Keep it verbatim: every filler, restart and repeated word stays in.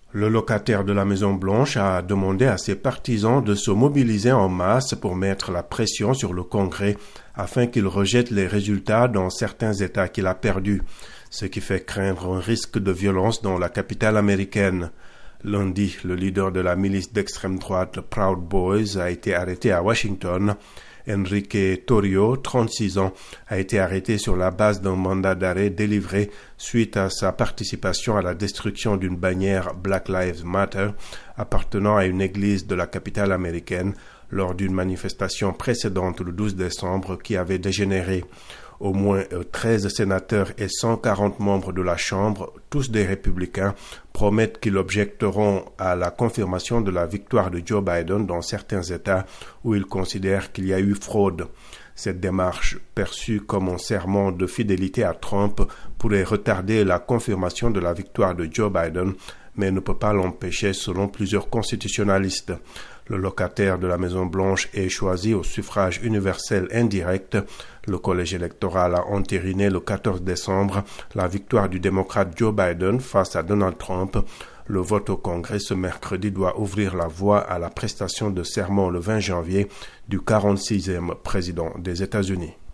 Le locataire de la Maison-Blanche a demandé à ses partisans de se mobiliser en masse pour mettre la pression sur le Congrès afin qu'il rejette les résultats dans certains États qu'il a perdus, ce qui fait craindre un risque de violence dans la capitale américaine. Lundi, le leader de la milice d'extrême droite Proud Boys a été arrêté à Washington. Enrique Torrio, trente-six ans, a été arrêté sur la base d'un mandat d'arrêt délivré suite à sa participation à la destruction d'une bannière Black Lives Matter appartenant à une église de la capitale américaine lors d'une manifestation précédente le douze décembre qui avait dégénéré. Au moins treize sénateurs et cent quarante membres de la Chambre, tous des républicains, promettent qu'ils objecteront à la confirmation de la victoire de Joe Biden dans certains États où ils considèrent qu'il y a eu fraude. Cette démarche, perçue comme un serment de fidélité à Trump, pourrait retarder la confirmation de la victoire de Joe Biden, mais ne peut pas l'empêcher selon plusieurs constitutionnalistes. Le locataire de la Maison-Blanche est choisi au suffrage universel indirect. Le collège électoral a entériné le quatorze décembre la victoire du démocrate Joe Biden face à Donald Trump. Le vote au Congrès ce mercredi doit ouvrir la voie à la prestation de serment le vingt janvier du quarante-sixième président des États-Unis.